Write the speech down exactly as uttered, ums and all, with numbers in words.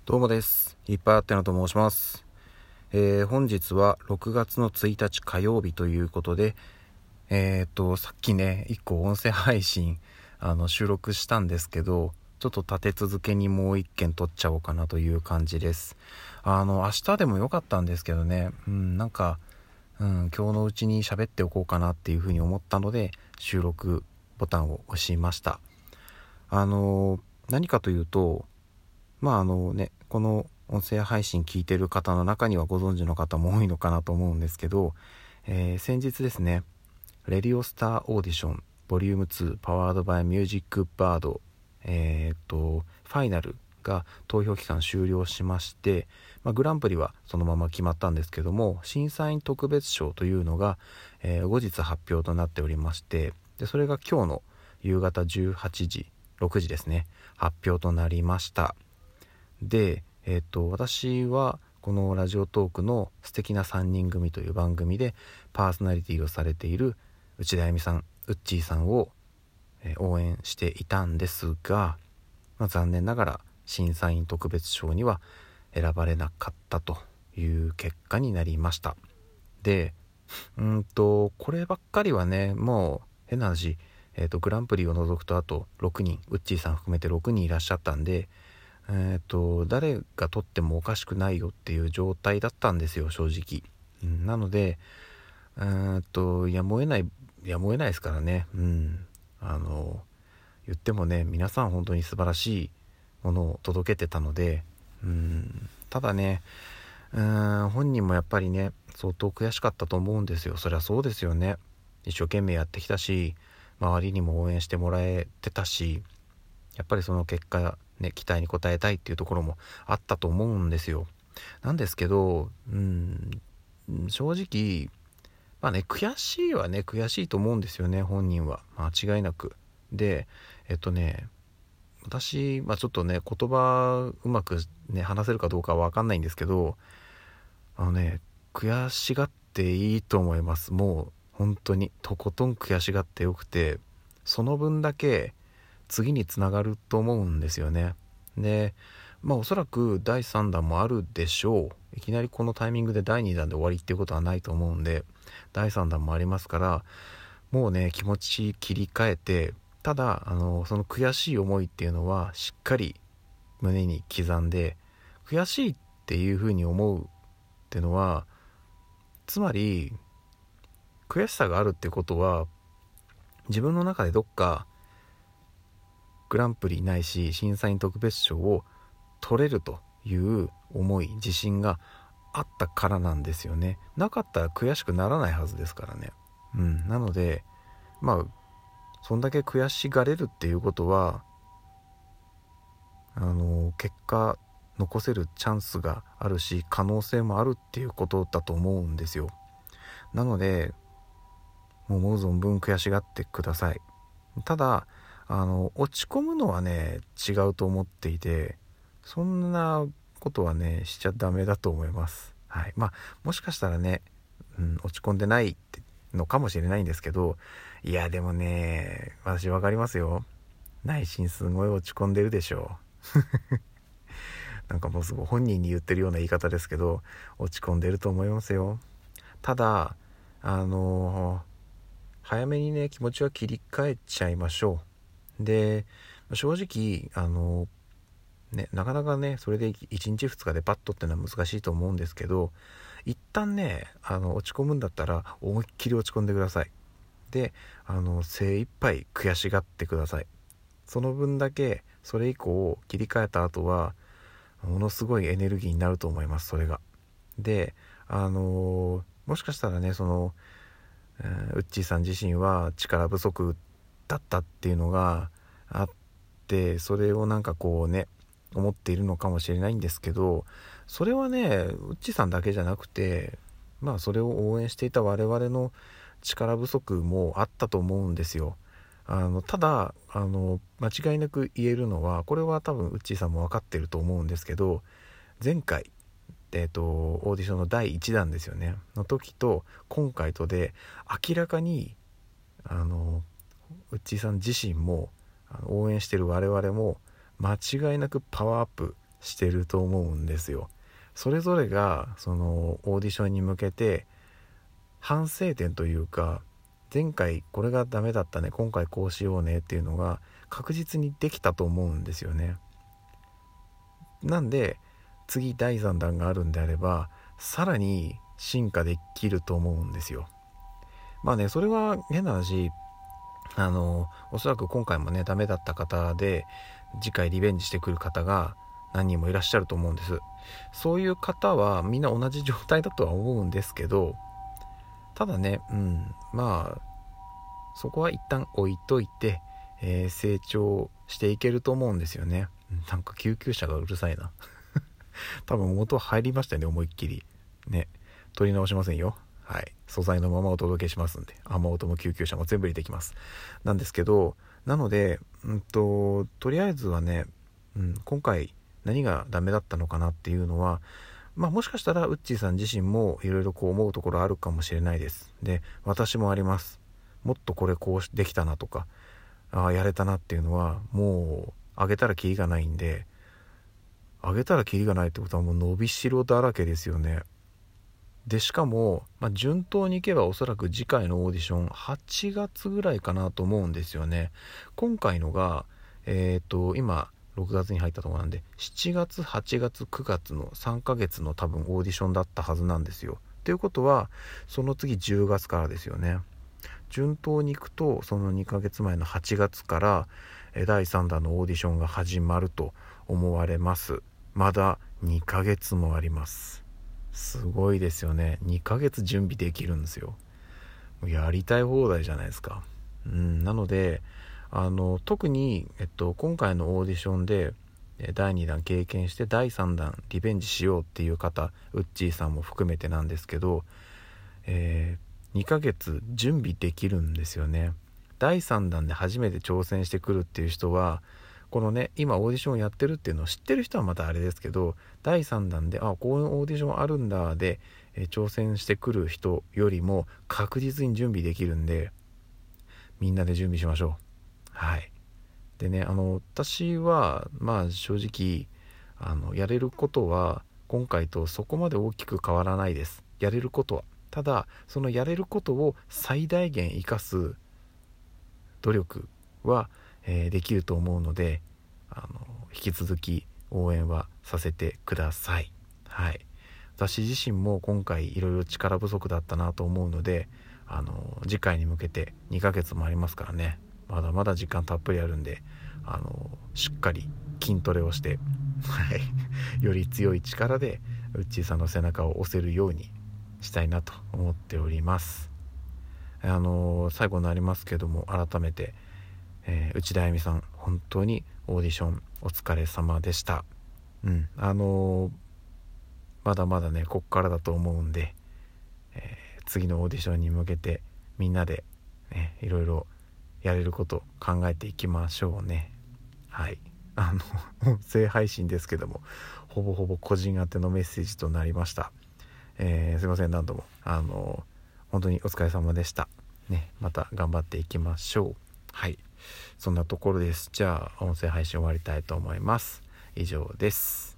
どうもです。いっぱいあってのと申します。えー、本日はろくがつのついたち火曜日ということで、えーっと、さっきね、いっこ音声配信あの収録したんですけど、ちょっと立て続けにもういっけん撮っちゃおうかなという感じです。あの、明日でもよかったんですけどね、うん、なんか、うん、今日のうちに喋っておこうかなっていうふうに思ったので、収録ボタンを押しました。あの、何かというと、まああのね、この音声配信聞いてる方の中にはご存知の方も多いのかなと思うんですけど、えー、先日ですね、レディオスターオーディションボリュームツーパワードバイミュージックバードえー、っとファイナルが投票期間終了しまして、まあ、グランプリはそのまま決まったんですけども、審査員特別賞というのが、えー、後日発表となっておりまして、でそれが今日の夕方じゅうはちじろくじですね、発表となりました。で、えー、と私はこのラジオトークの素敵なさんにん組という番組でパーソナリティをされている内田あゆみさん、ウッチーさんを、えー応援していたんですが、まあ、残念ながら審査員特別賞には選ばれなかったという結果になりました。で、うんとこればっかりはね、もう変な話、えー、とグランプリを除くとあとろくにん、ウッチーさん含めてろくにんいらっしゃったんで、えー、と誰が取ってもおかしくないよっていう状態だったんですよ、正直。うん、なので、えー、とやむを得ないやむを得ないですからね。うん、あの言ってもね、皆さん本当に素晴らしいものを届けてたので、うん、ただね、うん、本人もやっぱりね、相当悔しかったと思うんですよ。そりゃそうですよね。一生懸命やってきたし、周りにも応援してもらえてたし、やっぱりその結果ね、期待に応えたいっていうところもあったと思うんですよ。なんですけど、うん、正直まあね、悔しいはね悔しいと思うんですよね、本人は間違いなく。で、えっとね私、まあ、ちょっとね言葉うまくね話せるかどうかは分かんないんですけど、あのね悔しがっていいと思います。もう本当にとことん悔しがってよくて、その分だけ次につながると思うんですよね。で、まあおそらくだいさんだんもあるでしょう。いきなりこのタイミングでだいにだんで終わりっていうことはないと思うんで、だいさんだんもありますから、もうね気持ち切り替えて、ただあのその悔しい思いっていうのはしっかり胸に刻んで、悔しいっていうふうに思うっていうのは、つまり悔しさがあるってことは、自分の中でどっかグランプリないし審査員特別賞を取れるという思い、自信があったからなんですよね。なかったら悔しくならないはずですからね。うん、なのでまあそんだけ悔しがれるっていうことは、あの結果残せるチャンスがあるし可能性もあるっていうことだと思うんですよ。なのでもう思う存分悔しがってください。ただあの落ち込むのはね違うと思っていて、そんなことはねしちゃダメだと思います。はい、まあもしかしたらね、うん、落ち込んでないってのかもしれないんですけど、いやでもね私わかりますよ。内心すごい落ち込んでるでしょう。なんかもうすごい本人に言ってるような言い方ですけど、落ち込んでると思いますよ。ただあの早めにね気持ちは切り替えちゃいましょう。で、正直あのね、なかなかねそれでいちにちふつかでパッとってのは難しいと思うんですけど、一旦ねあの落ち込むんだったら思いっきり落ち込んでください。で、あの精一杯悔しがってください。その分だけそれ以降切り替えた後はものすごいエネルギーになると思います、それが。で、あのもしかしたらねその、えーウッチーさん自身は力不足だったっていうのがあって、それをなんかこうね思っているのかもしれないんですけど、それはねウッチーさんだけじゃなくて、まあそれを応援していた我々の力不足もあったと思うんですよ。あのただあの間違いなく言えるのは、これは多分ウッチーさんも分かってると思うんですけど、前回えーとオーディションのだいいちだんですよねの時と今回とで明らかにあのウッチーさん自身も応援してる我々も間違いなくパワーアップしてると思うんですよ。それぞれがそのオーディションに向けて反省点というか、前回これがダメだったね、今回こうしようねっていうのが確実にできたと思うんですよね。なんで次だいさん弾があるんであればさらに進化できると思うんですよ。まあね、それは変な話、あのおそらく今回もねダメだった方で次回リベンジしてくる方が何人もいらっしゃると思うんです。そういう方はみんな同じ状態だとは思うんですけど、ただね、うん、まあそこは一旦置いといて、えー、成長していけると思うんですよね。なんか救急車がうるさいな多分音入りましたよね、思いっきりね。取り直しませんよ。はい、素材のままお届けしますんで、雨音も救急車も全部入れてきます。なんですけど、なのでうんととりあえずはね、うん、今回何がダメだったのかなっていうのは、まあもしかしたらウッチーさん自身もいろいろこう思うところあるかもしれないです。で、私もあります。もっとこれこうできたなとか、ああやれたなっていうのはもうあげたらキリがないんで、あげたらキリがないってことはもう伸びしろだらけですよね。でしかも、まあ、順当にいけばおそらく次回のオーディションはちがつぐらいかなと思うんですよね。今回のがえっと今ろくがつに入ったところなんで、しちがつはちがつくがつのさんかげつの多分オーディションだったはずなんですよ。ということはその次じゅうがつからですよね。順当にいくとそのにかげつまえのはちがつからだいさん弾のオーディションが始まると思われます。まだにかげつもあります。すごいですよね。にかげつ準備できるんですよ。やりたい放題じゃないですか。うん、なのであの特に、えっと、今回のオーディションでだいに弾経験してだいさん弾リベンジしようっていう方、ウッチーさんも含めてなんですけど、えー、にかげつ準備できるんですよね。だいさん弾で初めて挑戦してくるっていう人はこのね今オーディションやってるっていうのを知ってる人はまたあれですけど、だいさん弾であこういうオーディションあるんだで、えー、挑戦してくる人よりも確実に準備できるんで、みんなで準備しましょう。はい。でね、あの私はまあ正直あのやれることは今回とそこまで大きく変わらないです。やれることは、ただそのやれることを最大限生かす努力は、えー、できると思うので、あの引き続き応援はさせてください。はい。私自身も今回いろいろ力不足だったなと思うので、あの次回に向けてにかげつもありますからね、まだまだ時間たっぷりあるんで、あのしっかり筋トレをして、はい、より強い力でウッチーさんの背中を押せるようにしたいなと思っております。あの最後になりますけども改めて、えー、内田あゆみさん本当にオーディションお疲れ様でした。うんあのー、まだまだねこっからだと思うんで、えー、次のオーディションに向けてみんなで、ね、いろいろやれること考えていきましょうね。はい。あの音声配信ですけどもほぼほぼ個人宛てのメッセージとなりました。えー、すいません、何度もあの本当にお疲れ様でしたね。また頑張っていきましょう。はい、そんなところです。じゃあ音声配信終わりたいと思います。以上です。